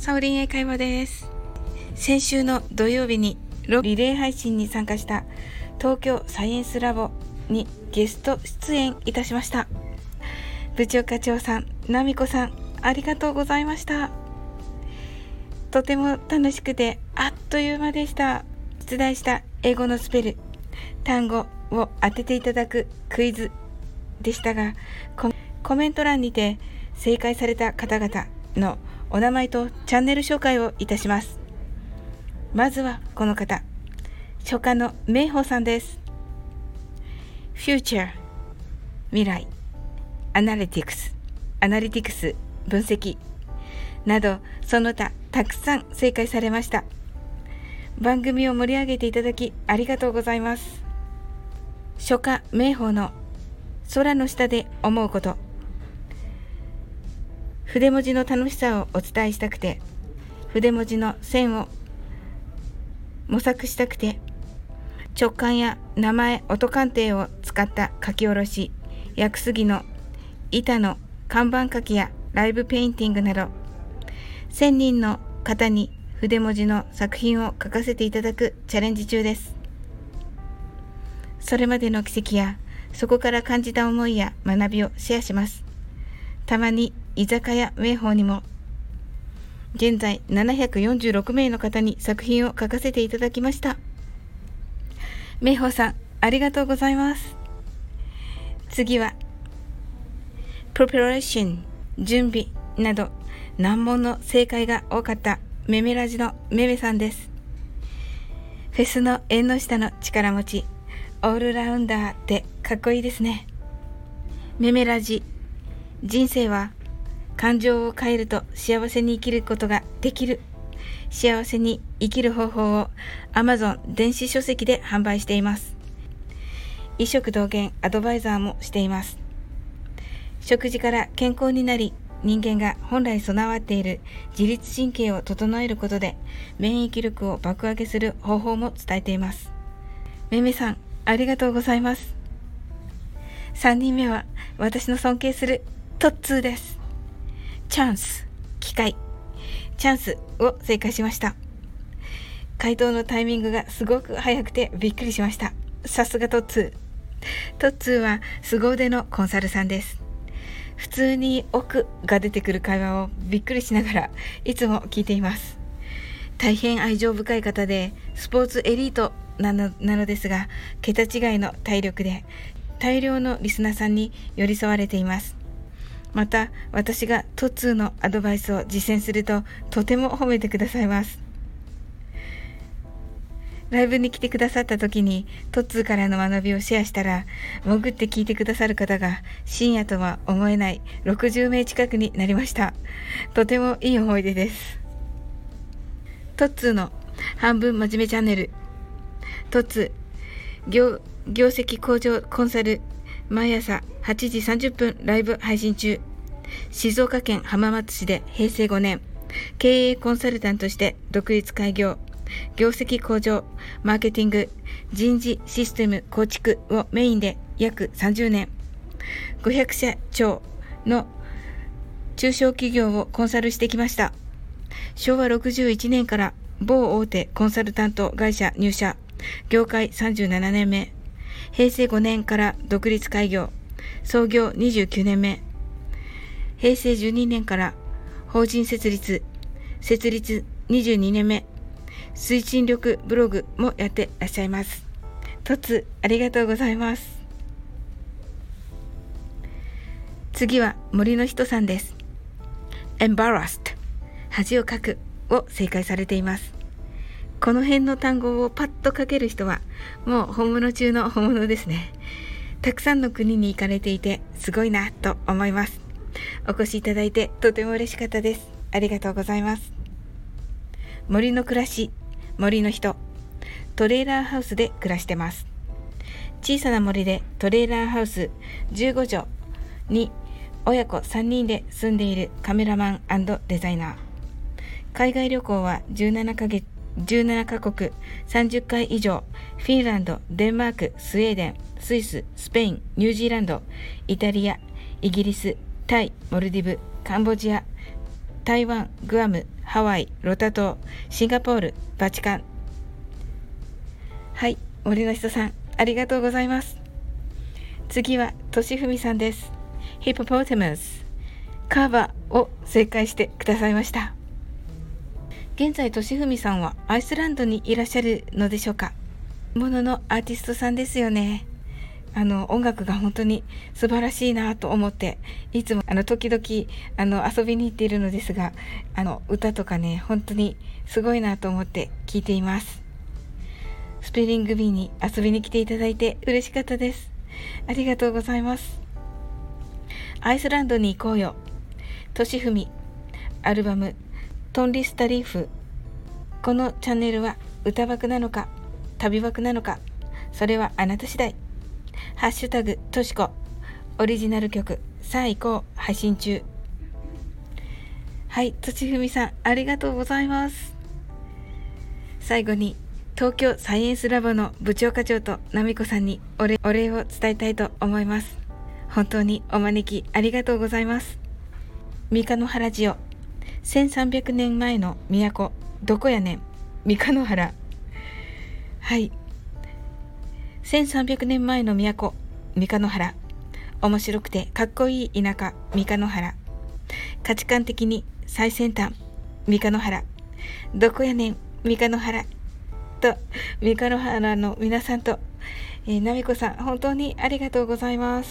サオリン英会話です。先週の土曜日にリレー配信に参加した東京サイエンスラボにゲスト出演いたしました。部長課長さん、なみこさん、ありがとうございました。とても楽しくてあっという間でした。出題した英語のスペル、単語を当てていただくクイズでしたが、コメント欄にて正解された方々のお名前とチャンネル紹介をいたします。まずはこの方、初夏の明宝さんです。Future 未来、アナリティクス分析などその他たくさん正解されました。番組を盛り上げていただきありがとうございます。初夏明宝の空の下で思うこと、筆文字の楽しさをお伝えしたくて、筆文字の線を模索したくて、直感や名前、音鑑定を使った書き下ろし、薬杉の板の看板書きやライブペインティングなど、1000人の方に筆文字の作品を書かせていただくチャレンジ中です。それまでの奇跡や、そこから感じた思いや学びをシェアします。たまに居酒屋明宝にも、現在746名の方に作品を書かせていただきました。明宝さん、ありがとうございます。次は、preparation 準備など難問の正解が多かっためめラジのめめさんです。フェスの縁の下の力持ち、オールラウンダーってかっこいいですね。めめラジ、人生は感情を変えると幸せに生きることができる。幸せに生きる方法を Amazon 電子書籍で販売しています。医食同源アドバイザーもしています。食事から健康になり、人間が本来備わっている自律神経を整えることで免疫力を爆上げする方法も伝えています。めめさん、ありがとうございます。3人目は私の尊敬するトッツーです。チャンス、機会、チャンスを正解しました。回答のタイミングがすごく早くてびっくりしました。さすがトッツー。トッツーは凄腕のコンサルさんです。普通に奥が出てくる会話をびっくりしながらいつも聞いています。大変愛情深い方でスポーツエリートなのですが、桁違いの体力で大量のリスナーさんに寄り添われています。また私がトッツーのアドバイスを実践するととても褒めてくださいます。ライブに来てくださった時にトッツーからの学びをシェアしたら、潜って聞いてくださる方が深夜とは思えない60名近くになりました。とてもいい思い出です。トッツーの半分真面目チャンネル、トッツー業績向上コンサル、毎朝8時30分ライブ配信中。静岡県浜松市で平成5年、経営コンサルタントとして独立開業。業績向上、マーケティング、人事システム構築をメインで約30年。500社超の中小企業をコンサルしてきました。昭和61年から某大手コンサルタント会社入社。業界37年目。平成5年から独立開業。創業29年目。平成12年から法人設立22年目。推進力ブログもやってらっしゃいます。トッツー、ありがとうございます。次は森の人さんです。embarrassed 恥をかくを正解されています。この辺の単語をパッと書ける人はもう本物中の本物ですね。たくさんの国に行かれていてすごいなと思います。お越しいただいてとても嬉しかったです。ありがとうございます。森の暮らし、森の人、トレーラーハウスで暮らしてます。小さな森でトレーラーハウス15畳に親子3人で住んでいるカメラマン&デザイナー。海外旅行は17カ国30回以上、フィンランド、デンマーク、スウェーデン、スイス、スペイン、ニュージーランド、イタリア、イギリス、タイ、モルディブ、カンボジア台湾、グアム、ハワイ、ロタ島、シンガポール、バチカン。はい、森の人さん、ありがとうございます。次は、としふみさんです。ヒポポタマス。カバを正解してくださいました。現在、としふみさんはアイスランドにいらっしゃるのでしょうか。本物のアーティストさんですよね。音楽が本当に素晴らしいなと思って、いつも時々遊びに行っているのですが、歌とかね、本当にすごいなと思って聞いています。スペリングビーに遊びに来ていただいて嬉しかったです。ありがとうございます。アイスランドに行こうよ。としふみ、アルバムトンリスタリーフ。このチャンネルは歌枠なのか旅枠なのか、それはあなた次第。ハッシュタグとしこオリジナル曲さあ行こう配信中。はい、とちふみさんありがとうございます。最後に東京サイエンスラボの部長課長となみこさんにお礼を伝えたいと思います。本当にお招きありがとうございます。三日野原ジオ、1300年前の都どこやねん三日野原。はい、1300年前の都三日野原。面白くてかっこいい田舎三日野原。価値観的に最先端三日野原。どこやねん三日野原と、三日野原の皆さんと、なみこさん本当にありがとうございます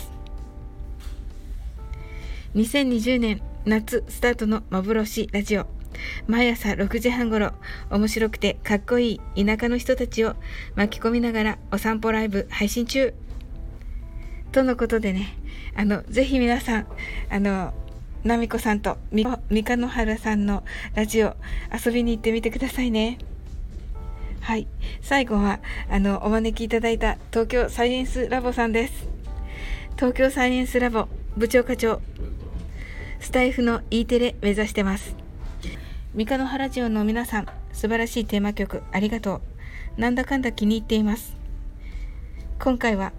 。2020年夏スタートの幻ラジオ、毎朝6時半ごろ、面白くてかっこいい田舎の人たちを巻き込みながらお散歩ライブ配信中とのことでね、ぜひ皆さんなみこさんと三日野原さんのラジオ遊びに行ってみてくださいね。はい、最後はお招きいただいた東京サイエンスラボさんです。東京サイエンスラボ部長課長、スタイフの E テレ目指してます。三日野原ジオの皆さん、素晴らしいテーマ曲ありがとう。なんだかんだ気に入っています。今回は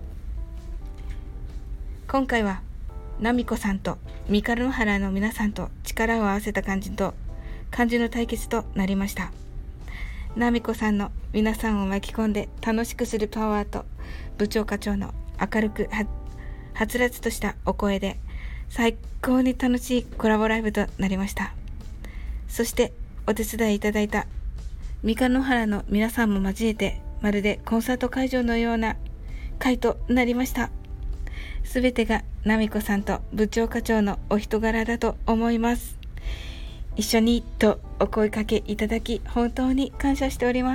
なみこさんと三日野原の皆さんと力を合わせた感じの対決となりました。なみこさんの皆さんを巻き込んで楽しくするパワーと、部長課長の明るくはつらつとしたお声で最高に楽しいコラボライブとなりました。そしてお手伝いいただいた三日野原の皆さんも交えて、まるでコンサート会場のような会となりました。すべてがなみこさんと部長課長のお人柄だと思います。一緒にとお声かけいただき本当に感謝しております。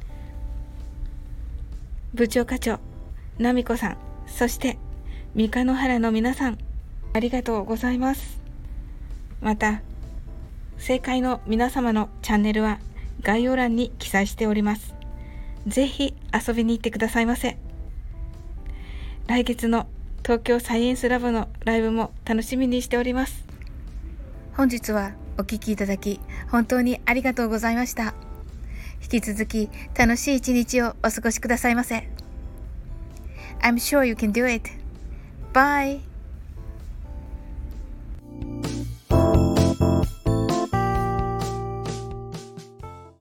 部長課長、なみこさん、そして三日野原の皆さん、ありがとうございます。また正解の皆様のチャンネルは概要欄に記載しております。ぜひ遊びに行ってくださいませ。来月の東京サイエンスラボのライブも楽しみにしております。本日はお聞きいただき本当にありがとうございました。引き続き楽しい一日をお過ごしくださいませ。I'm sure you can do it. Bye!